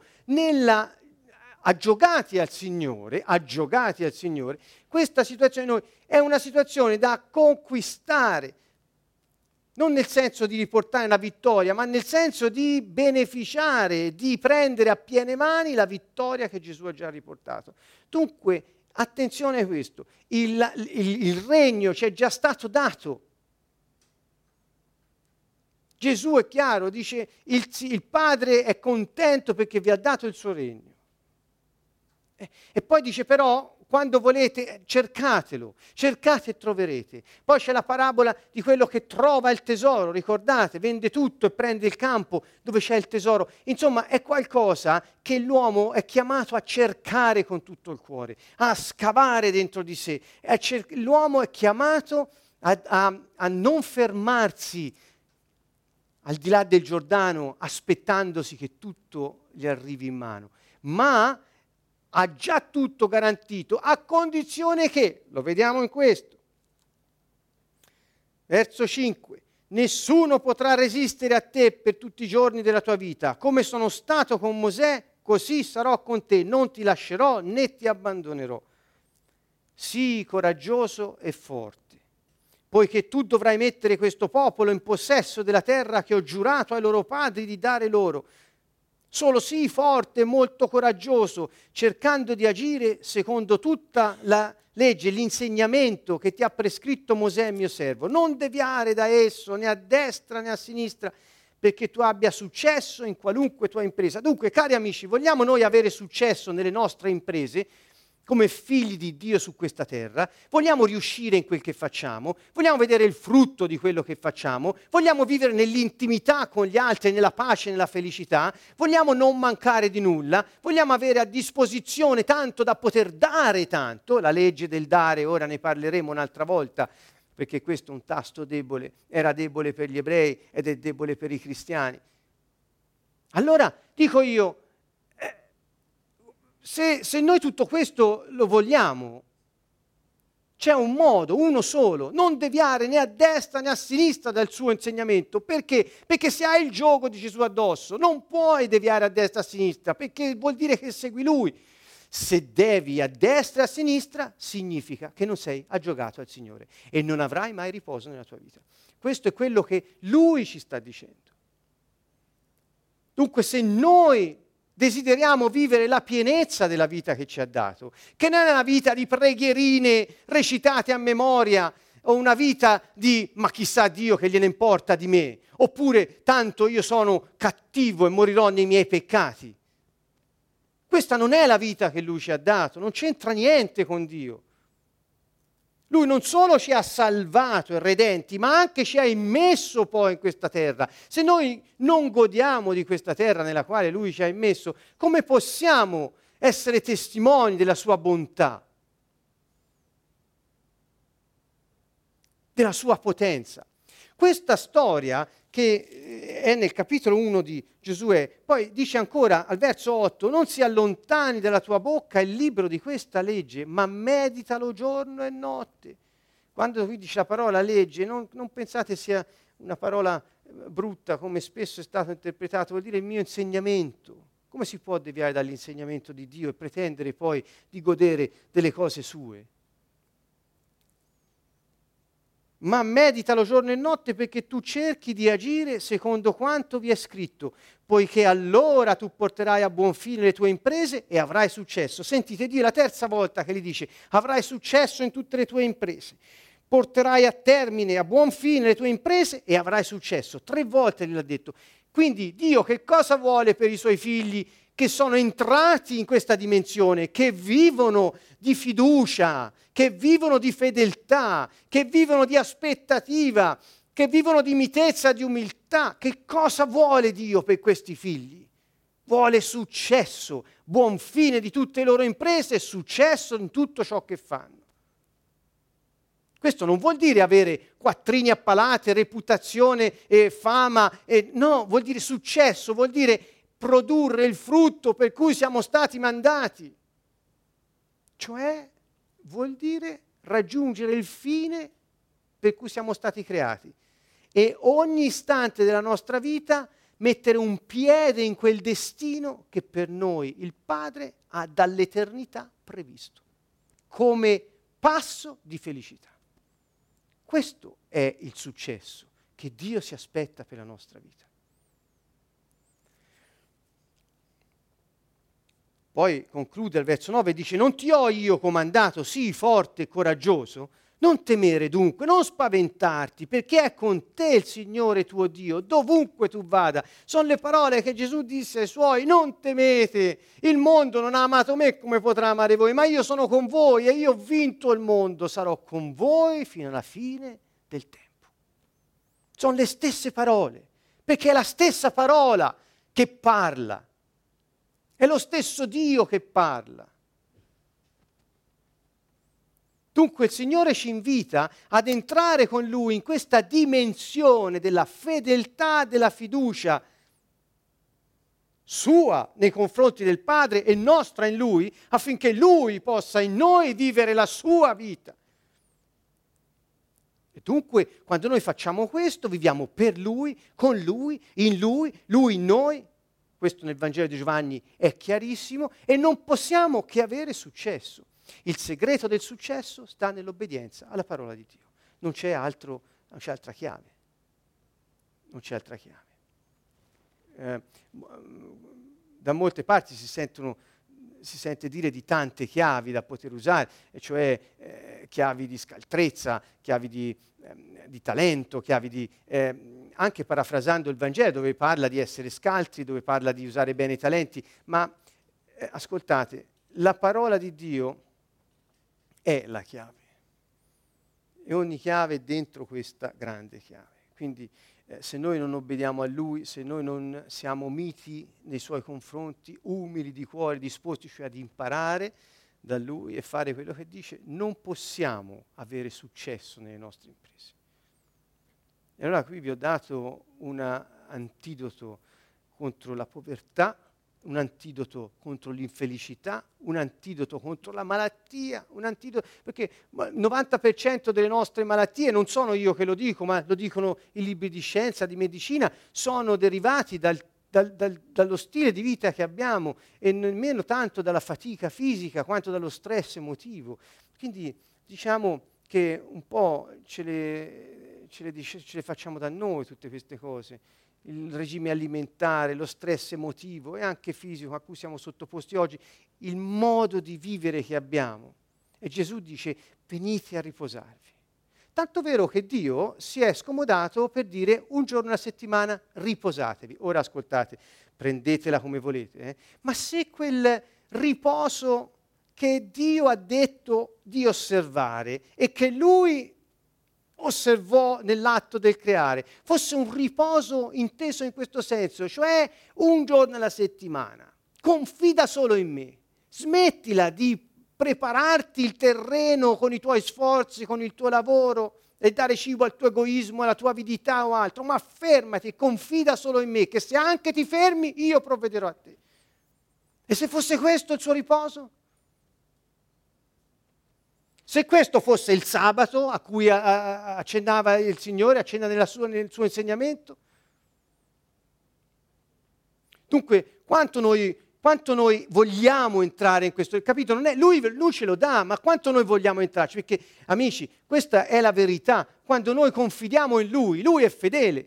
aggiogati al Signore, questa situazione noi è una situazione da conquistare, non nel senso di riportare una vittoria, ma nel senso di beneficiare, di prendere a piene mani la vittoria che Gesù ha già riportato. Dunque, attenzione a questo, il regno ci è già stato dato. Gesù è chiaro, dice: il Padre è contento perché vi ha dato il suo regno. E poi dice: però, quando volete, cercatelo, cercate e troverete. Poi c'è la parabola di quello che trova il tesoro, ricordate? Vende tutto e prende il campo dove c'è il tesoro. Insomma, è qualcosa che l'uomo è chiamato a cercare con tutto il cuore, a scavare dentro di sé. L'uomo è chiamato a non fermarsi al di là del Giordano aspettandosi che tutto gli arrivi in mano, ma ha già tutto garantito, a condizione che, lo vediamo in questo, verso 5, nessuno potrà resistere a te per tutti i giorni della tua vita, come sono stato con Mosè, così sarò con te, non ti lascerò né ti abbandonerò. Sii coraggioso e forte, poiché tu dovrai mettere questo popolo in possesso della terra che ho giurato ai loro padri di dare loro. Solo sii forte e molto coraggioso, cercando di agire secondo tutta la legge, l'insegnamento che ti ha prescritto Mosè mio servo. Non deviare da esso né a destra né a sinistra, perché tu abbia successo in qualunque tua impresa. Dunque, cari amici, vogliamo noi avere successo nelle nostre imprese come figli di Dio su questa terra? Vogliamo riuscire in quel che facciamo? Vogliamo vedere il frutto di quello che facciamo? Vogliamo vivere nell'intimità con gli altri, nella pace, nella felicità? Vogliamo non mancare di nulla? Vogliamo avere a disposizione tanto da poter dare tanto? La legge del dare, ora ne parleremo un'altra volta, perché questo è un tasto debole, era debole per gli ebrei ed è debole per i cristiani. Allora, dico io, se noi tutto questo lo vogliamo, c'è un modo, uno solo: non deviare né a destra né a sinistra dal suo insegnamento. Perché? Perché se hai il giogo di Gesù addosso, non puoi deviare a destra e a sinistra, perché vuol dire che segui Lui. Se devi a destra e a sinistra, significa che non sei aggiogato al Signore e non avrai mai riposo nella tua vita. Questo è quello che Lui ci sta dicendo. Dunque, se noi Desideriamo vivere la pienezza della vita che ci ha dato, che non è una vita di preghierine recitate a memoria o una vita di ma chissà Dio che gliene importa di me, oppure tanto io sono cattivo e morirò nei miei peccati. Questa non è la vita che Lui ci ha dato, non c'entra niente con Dio. Lui non solo ci ha salvato e redenti, ma anche ci ha immesso poi in questa terra. Se noi non godiamo di questa terra nella quale Lui ci ha immesso, come possiamo essere testimoni della sua bontà, della sua potenza? Questa storia che è nel capitolo 1 di Giosuè, poi dice ancora al verso 8, non si allontani dalla tua bocca il libro di questa legge, ma meditalo giorno e notte. Quando qui dice la parola legge, non pensate sia una parola brutta come spesso è stato interpretato, vuol dire il mio insegnamento. Come si può deviare dall'insegnamento di Dio e pretendere poi di godere delle cose sue? Ma meditalo giorno e notte perché tu cerchi di agire secondo quanto vi è scritto, poiché allora tu porterai a buon fine le tue imprese e avrai successo. Sentite Dio, è la terza volta che gli dice, avrai successo in tutte le tue imprese. Porterai a termine, a buon fine le tue imprese e avrai successo. 3 volte gliel'ha detto. Quindi Dio che cosa vuole per i suoi figli che sono entrati in questa dimensione, che vivono di fiducia, che vivono di fedeltà, che vivono di aspettativa, che vivono di mitezza, di umiltà? Che cosa vuole Dio per questi figli? Vuole successo, buon fine di tutte le loro imprese e successo in tutto ciò che fanno. Questo non vuol dire avere quattrini a palate, reputazione e fama, no, vuol dire successo, vuol dire produrre il frutto per cui siamo stati mandati. Cioè, vuol dire raggiungere il fine per cui siamo stati creati. E ogni istante della nostra vita mettere un piede in quel destino che per noi il Padre ha dall'eternità previsto, come passo di felicità. Questo è il successo che Dio si aspetta per la nostra vita. Poi conclude al verso 9 e dice, non ti ho io comandato, sii forte e coraggioso? Non temere dunque, non spaventarti, perché è con te il Signore tuo Dio, dovunque tu vada. Sono le parole che Gesù disse ai suoi, non temete, il mondo non ha amato me come potrà amare voi, ma io sono con voi e io ho vinto il mondo, sarò con voi fino alla fine del tempo. Sono le stesse parole, perché è la stessa parola che parla. È lo stesso Dio che parla. Dunque il Signore ci invita ad entrare con Lui in questa dimensione della fedeltà, della fiducia sua nei confronti del Padre e nostra in Lui, affinché Lui possa in noi vivere la sua vita. E dunque quando noi facciamo questo, viviamo per Lui, con Lui in noi. Questo nel Vangelo di Giovanni è chiarissimo e non possiamo che avere successo. Il segreto del successo sta nell'obbedienza alla parola di Dio. Non c'è altra chiave. Non c'è altra chiave. Da molte parti si sente dire di tante chiavi da poter usare, e cioè chiavi di scaltrezza, chiavi di talento, chiavi di... anche parafrasando il Vangelo, dove parla di essere scaltri, dove parla di usare bene i talenti, ma ascoltate, la parola di Dio è la chiave e ogni chiave è dentro questa grande chiave. Quindi se noi non obbediamo a Lui, se noi non siamo miti nei Suoi confronti, umili di cuore, disposti cioè ad imparare da Lui e fare quello che dice, non possiamo avere successo nelle nostre imprese. E allora qui vi ho dato un antidoto contro la povertà, un antidoto contro l'infelicità, un antidoto contro la malattia, un antidoto, perché il 90% delle nostre malattie, non sono io che lo dico, ma lo dicono i libri di scienza, di medicina, sono derivati dallo stile di vita che abbiamo e nemmeno tanto dalla fatica fisica quanto dallo stress emotivo. Quindi diciamo che un po' ce le facciamo da noi tutte queste cose. il regime alimentare, lo stress emotivo e anche fisico a cui siamo sottoposti oggi, il modo di vivere che abbiamo. E Gesù dice: venite a riposarvi. Tanto vero che Dio si è scomodato per dire un giorno alla settimana riposatevi. Ora ascoltate, prendetela come volete, ma se quel riposo che Dio ha detto di osservare e che Lui osservò nell'atto del creare fosse un riposo inteso in questo senso, cioè un giorno alla settimana, confida solo in me, smettila di prepararti il terreno con i tuoi sforzi, con il tuo lavoro e dare cibo al tuo egoismo, alla tua avidità o altro, ma fermati, confida solo in me, che se anche ti fermi io provvederò a te. E se fosse questo il suo riposo? Se questo fosse il sabato a cui accennava il Signore, accenna nel suo insegnamento? Dunque, quanto noi vogliamo entrare in questo capitolo? Non è, lui ce lo dà, ma quanto noi vogliamo entrarci? Perché, amici, questa è la verità. Quando noi confidiamo in Lui è fedele.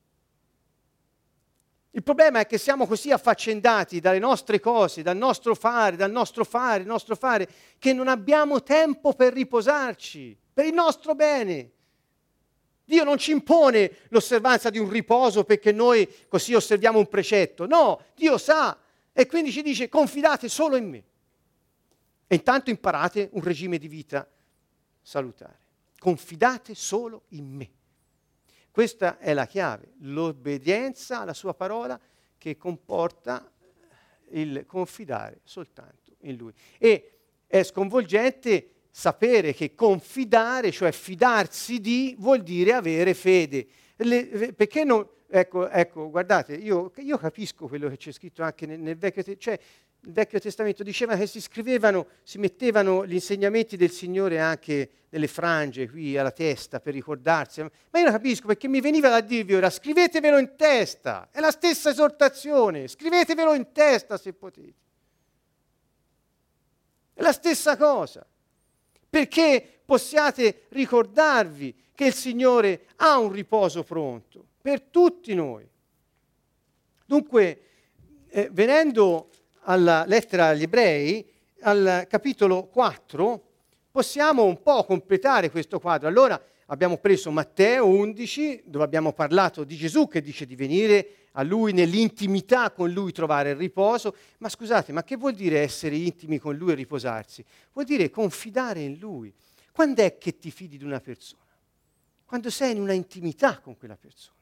Il problema è che siamo così affaccendati dalle nostre cose, dal nostro fare, che non abbiamo tempo per riposarci, per il nostro bene. Dio non ci impone l'osservanza di un riposo perché noi così osserviamo un precetto. No, Dio sa e quindi ci dice: confidate solo in me. E intanto imparate un regime di vita salutare. Confidate solo in me. Questa è la chiave, l'obbedienza alla sua parola che comporta il confidare soltanto in Lui. E è sconvolgente sapere che confidare, cioè fidarsi di, vuol dire avere fede. Perché non... Ecco, guardate, io capisco quello che c'è scritto anche nel Vecchio Testamento, cioè il Vecchio Testamento diceva che si mettevano gli insegnamenti del Signore anche nelle frange qui alla testa per ricordarsi, ma io lo capisco perché mi veniva da dirvi ora: scrivetevelo in testa, è la stessa esortazione, scrivetevelo in testa se potete, è la stessa cosa, perché possiate ricordarvi che il Signore ha un riposo pronto per tutti noi. Dunque, venendo alla lettera agli Ebrei, al capitolo 4, possiamo un po' completare questo quadro. Allora abbiamo preso Matteo 11, dove abbiamo parlato di Gesù che dice di venire a Lui nell'intimità, con Lui trovare il riposo. Ma scusate, ma che vuol dire essere intimi con Lui e riposarsi? Vuol dire confidare in Lui. Quando è che ti fidi di una persona? Quando sei in una intimità con quella persona.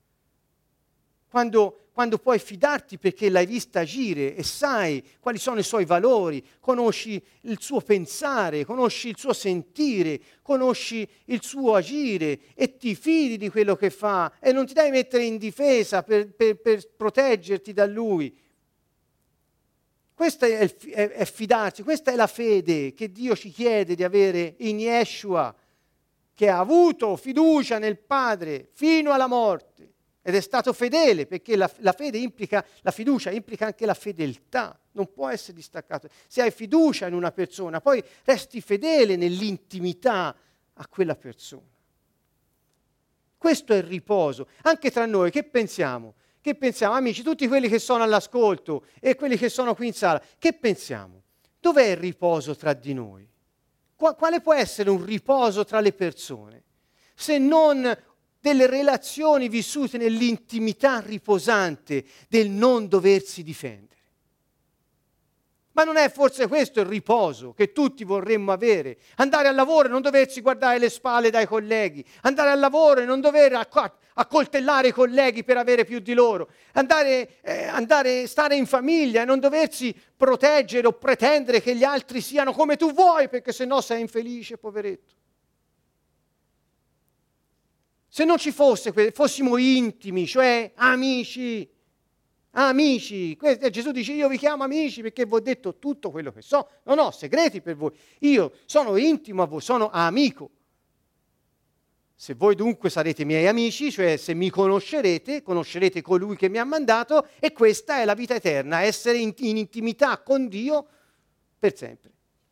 Quando puoi fidarti perché l'hai vista agire e sai quali sono i suoi valori, conosci il suo pensare, conosci il suo sentire, conosci il suo agire e ti fidi di quello che fa e non ti devi mettere in difesa per proteggerti da lui. Questo è fidarsi, questa è la fede che Dio ci chiede di avere in Yeshua, che ha avuto fiducia nel Padre fino alla morte. Ed è stato fedele, perché la fede implica, la fiducia implica anche la fedeltà, non può essere distaccato. Se hai fiducia in una persona, poi resti fedele nell'intimità a quella persona. Questo è il riposo. Anche tra noi, che pensiamo? Che pensiamo, amici, tutti quelli che sono all'ascolto e quelli che sono qui in sala, che pensiamo? Dov'è il riposo tra di noi? Quale può essere un riposo tra le persone? Se non delle relazioni vissute nell'intimità riposante del non doversi difendere. Ma non è forse questo il riposo che tutti vorremmo avere? Andare al lavoro e non doversi guardare le spalle dai colleghi, andare al lavoro e non dover accoltellare i colleghi per avere più di loro, stare in famiglia e non doversi proteggere o pretendere che gli altri siano come tu vuoi, perché sennò sei infelice, poveretto. Se non ci fosse, fossimo intimi, cioè amici. Gesù dice: io vi chiamo amici perché vi ho detto tutto quello che so, non ho segreti per voi, io sono intimo a voi, sono amico. Se voi dunque sarete miei amici, cioè se mi conoscerete colui che mi ha mandato, e questa è la vita eterna, essere in intimità con Dio per sempre.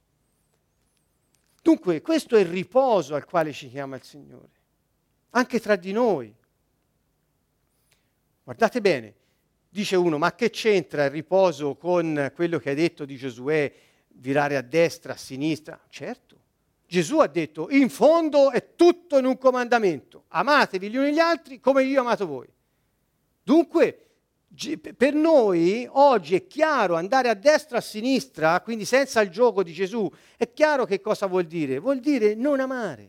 Dunque questo è il riposo al quale ci chiama il Signore. Anche tra di noi. Guardate bene, dice uno, ma che c'entra il riposo con quello che ha detto di Giosuè, virare a destra, a sinistra? Certo, Gesù ha detto, in fondo è tutto in un comandamento, amatevi gli uni gli altri come io ho amato voi. Dunque, per noi oggi è chiaro andare a destra, a sinistra, quindi senza il gioco di Gesù, è chiaro che cosa vuol dire? Vuol dire non amare.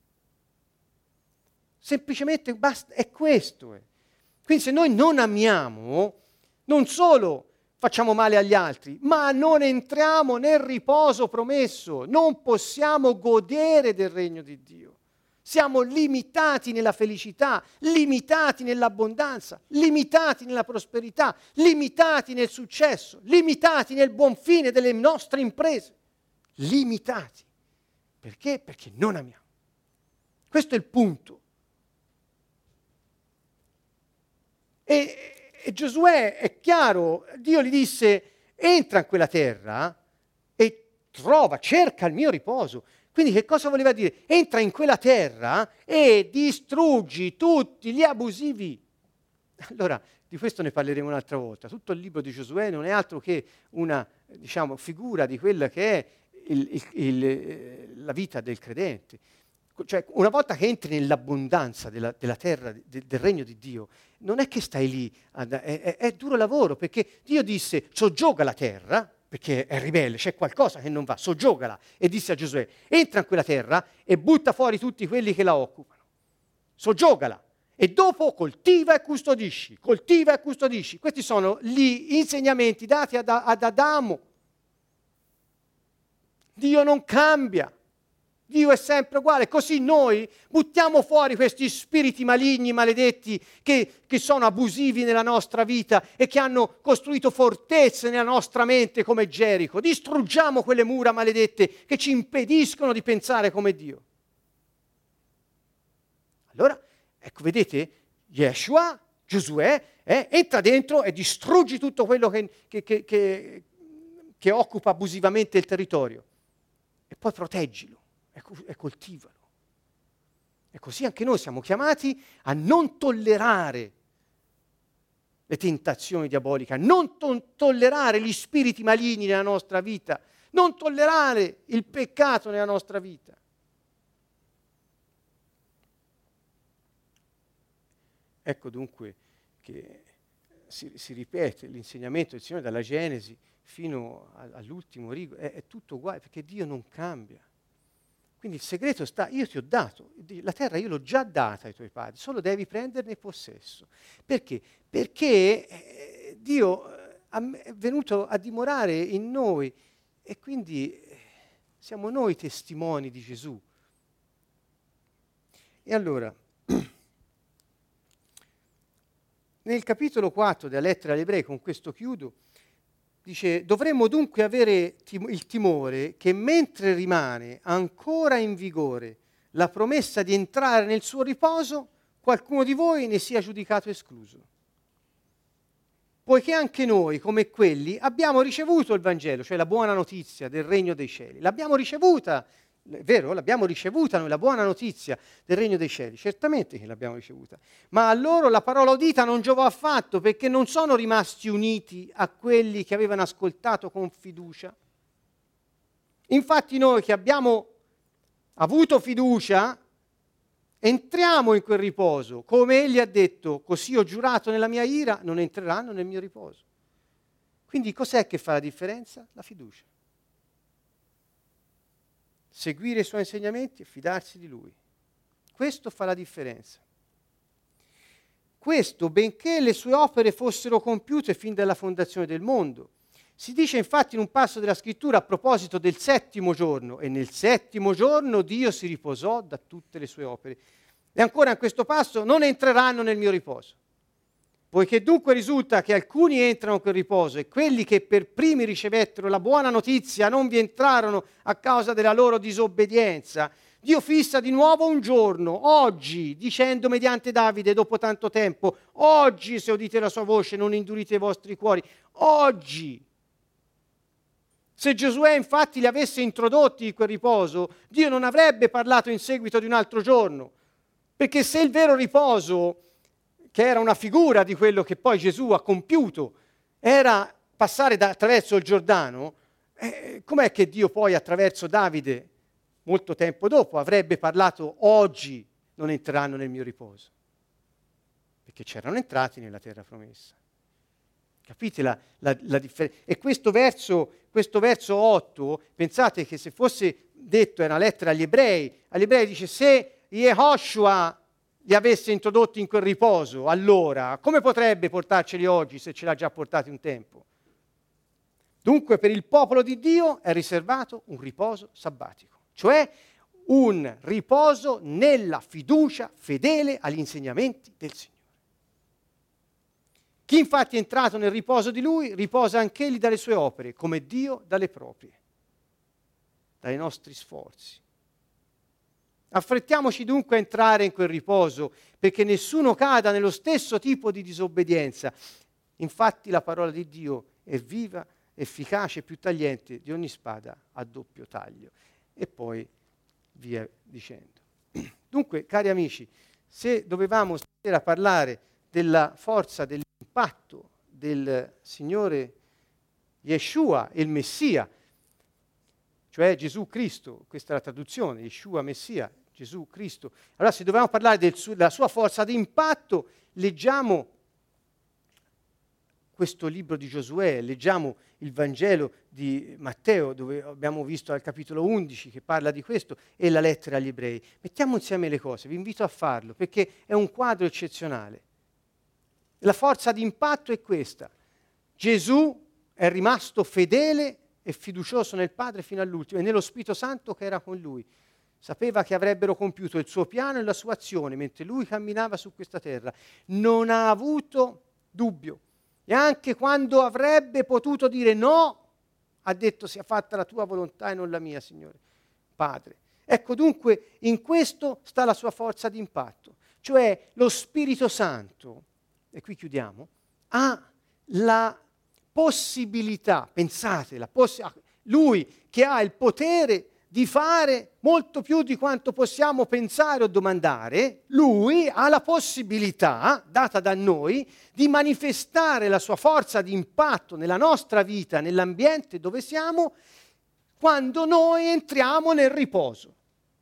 Semplicemente basta, è questo. Quindi se noi non amiamo, non solo facciamo male agli altri, ma non entriamo nel riposo promesso, non possiamo godere del regno di Dio. Siamo limitati nella felicità, limitati nell'abbondanza, limitati nella prosperità, limitati nel successo, limitati nel buon fine delle nostre imprese. Limitati. Perché? Perché non amiamo. Questo è il punto. E Giosuè, è chiaro, Dio gli disse, entra in quella terra e cerca il mio riposo. Quindi che cosa voleva dire? Entra in quella terra e distruggi tutti gli abusivi. Allora, di questo ne parleremo un'altra volta. Tutto il libro di Giosuè non è altro che una, figura di quella che è la vita del credente. Cioè, una volta che entri nell'abbondanza della terra, del regno di Dio, non è che stai lì, è duro lavoro, perché Dio disse, soggioga la terra, perché è ribelle, c'è qualcosa che non va, soggiogala, e disse a Giosuè, entra in quella terra e butta fuori tutti quelli che la occupano, soggiogala, e dopo coltiva e custodisci. Questi sono gli insegnamenti dati ad Adamo. Dio non cambia. Dio è sempre uguale, così noi buttiamo fuori questi spiriti maligni, maledetti, che sono abusivi nella nostra vita e che hanno costruito fortezze nella nostra mente come Gerico. Distruggiamo quelle mura maledette che ci impediscono di pensare come Dio. Allora, ecco, vedete, Yeshua, Giosuè, entra dentro e distruggi tutto quello che occupa abusivamente il territorio e poi proteggilo. E coltivano. E così anche noi siamo chiamati a non tollerare le tentazioni diaboliche, a non tollerare gli spiriti maligni nella nostra vita, non tollerare il peccato nella nostra vita. Ecco dunque che si ripete l'insegnamento del Signore dalla Genesi fino all'ultimo rigo, è tutto uguale, perché Dio non cambia. Quindi il segreto sta, io ti ho dato, la terra io l'ho già data ai tuoi padri, solo devi prenderne possesso. Perché? Perché Dio è venuto a dimorare in noi e quindi siamo noi testimoni di Gesù. E allora, nel capitolo 4 della lettera agli Ebrei, con questo chiudo, dice, dovremmo dunque avere il timore che mentre rimane ancora in vigore la promessa di entrare nel suo riposo, qualcuno di voi ne sia giudicato escluso. Poiché anche noi, come quelli, abbiamo ricevuto il Vangelo, cioè la buona notizia del regno dei cieli. L'abbiamo ricevuta, è vero? L'abbiamo ricevuta noi, la buona notizia del regno dei cieli. Certamente che l'abbiamo ricevuta. Ma a loro la parola udita non giovò affatto, perché non sono rimasti uniti a quelli che avevano ascoltato con fiducia. Infatti noi che abbiamo avuto fiducia, entriamo in quel riposo. Come egli ha detto, così ho giurato nella mia ira, non entreranno nel mio riposo. Quindi cos'è che fa la differenza? La fiducia. Seguire i suoi insegnamenti e fidarsi di lui. Questo fa la differenza. Questo, benché le sue opere fossero compiute fin dalla fondazione del mondo. Si dice infatti in un passo della scrittura a proposito del settimo giorno, e nel settimo giorno Dio si riposò da tutte le sue opere. E ancora in questo passo, non entreranno nel mio riposo. Poiché dunque risulta che alcuni entrano in quel riposo e quelli che per primi ricevettero la buona notizia non vi entrarono a causa della loro disobbedienza, Dio fissa di nuovo un giorno, oggi, dicendo mediante Davide dopo tanto tempo, oggi se udite la sua voce non indurite i vostri cuori, oggi. Se Giosuè infatti li avesse introdotti in quel riposo, Dio non avrebbe parlato in seguito di un altro giorno, perché se il vero riposo che era una figura di quello che poi Gesù ha compiuto, era passare attraverso il Giordano, com'è che Dio poi attraverso Davide, molto tempo dopo, avrebbe parlato: oggi non entreranno nel mio riposo? Perché c'erano entrati nella terra promessa. Capite la differenza? E questo verso 8, pensate che se fosse detto, è una lettera agli ebrei dice: se Yehoshua li avesse introdotti in quel riposo, allora come potrebbe portarceli oggi se ce l'ha già portati un tempo? Dunque per il popolo di Dio è riservato un riposo sabbatico, cioè un riposo nella fiducia fedele agli insegnamenti del Signore. Chi infatti è entrato nel riposo di Lui, riposa anch'egli dalle sue opere, come Dio dalle proprie, dai nostri sforzi. Affrettiamoci dunque a entrare in quel riposo, perché nessuno cada nello stesso tipo di disobbedienza. Infatti la parola di Dio è viva, efficace, più tagliente di ogni spada a doppio taglio. E poi via dicendo. Dunque, cari amici, se dovevamo stasera parlare della forza dell'impatto del Signore Yeshua, il Messia, cioè Gesù Cristo, questa è la traduzione, Yeshua Messia, Gesù Cristo. Allora se dovevamo parlare della sua forza di impatto, leggiamo questo libro di Giosuè, leggiamo il Vangelo di Matteo, dove abbiamo visto al capitolo 11 che parla di questo, e la lettera agli ebrei. Mettiamo insieme le cose, vi invito a farlo, perché è un quadro eccezionale. La forza di impatto è questa: Gesù è rimasto fedele e fiducioso nel Padre fino all'ultimo e nello Spirito Santo che era con lui. Sapeva che avrebbero compiuto il suo piano e la sua azione mentre lui camminava su questa terra. Non ha avuto dubbio. E anche quando avrebbe potuto dire no, ha detto: sia fatta la tua volontà e non la mia, Signore, Padre. Ecco, dunque, in questo sta la sua forza di impatto. Cioè lo Spirito Santo, e qui chiudiamo, ha la possibilità, pensate, lui che ha il potere di fare molto più di quanto possiamo pensare o domandare, lui ha la possibilità, data da noi, di manifestare la sua forza di impatto nella nostra vita, nell'ambiente dove siamo, quando noi entriamo nel riposo.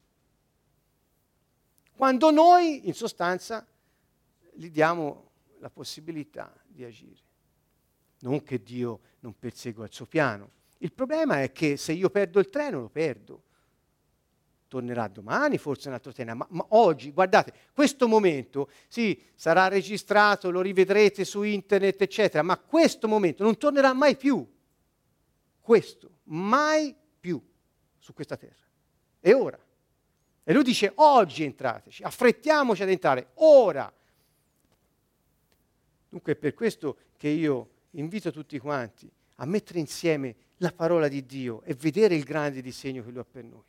Quando noi, in sostanza, gli diamo la possibilità di agire. Non che Dio non persegua il suo piano. Il problema è che se io perdo il treno, lo perdo. Tornerà domani, forse un altro treno, ma oggi, guardate, questo momento, sì, sarà registrato, lo rivedrete su internet, eccetera, ma questo momento non tornerà mai più. Questo, mai più, su questa terra. E ora. E lui dice: oggi entrateci, affrettiamoci ad entrare, ora. Dunque è per questo che io invito tutti quanti a mettere insieme la parola di Dio e vedere il grande disegno che Lui ha per noi.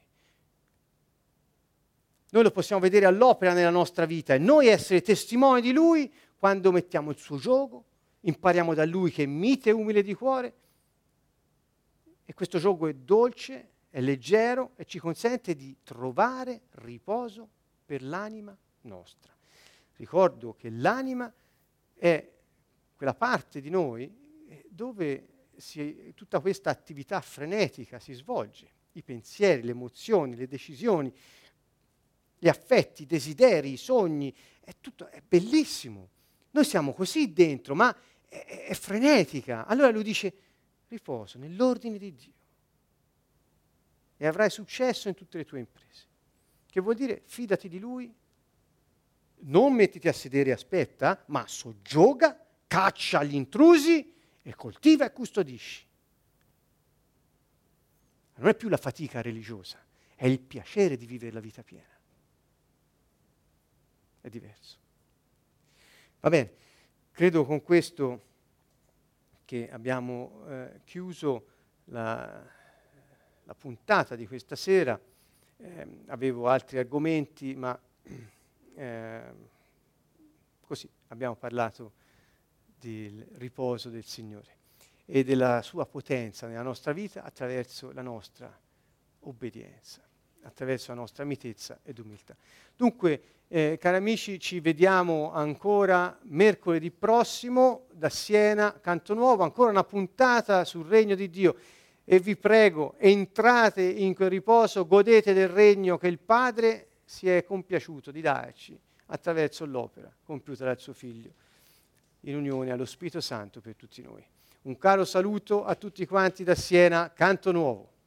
Noi lo possiamo vedere all'opera nella nostra vita e noi essere testimoni di Lui quando mettiamo il suo giogo, impariamo da Lui che è mite e umile di cuore, e questo giogo è dolce, è leggero e ci consente di trovare riposo per l'anima nostra. Ricordo che l'anima è quella parte di noi dove tutta questa attività frenetica si svolge, i pensieri, le emozioni, le decisioni, gli affetti, i desideri, i sogni, è bellissimo. Noi siamo così dentro, ma è frenetica. Allora lui dice: riposo nell'ordine di Dio e avrai successo in tutte le tue imprese. Che vuol dire? Fidati di Lui, non mettiti a sedere e aspetta, ma soggioga, caccia gli intrusi e coltiva e custodisci. Non è più la fatica religiosa, è il piacere di vivere la vita piena. È diverso. Va bene, credo con questo che abbiamo chiuso la puntata di questa sera. Avevo altri argomenti, ma così abbiamo parlato del riposo del Signore e della sua potenza nella nostra vita attraverso la nostra obbedienza. attraverso la nostra mitezza ed umiltà. Dunque, cari amici, ci vediamo ancora mercoledì prossimo da Siena, Canto Nuovo, ancora una puntata sul Regno di Dio. E vi prego, entrate in quel riposo, godete del regno che il Padre si è compiaciuto di darci attraverso l'opera compiuta dal suo Figlio, in unione allo Spirito Santo per tutti noi. Un caro saluto a tutti quanti da Siena, Canto Nuovo.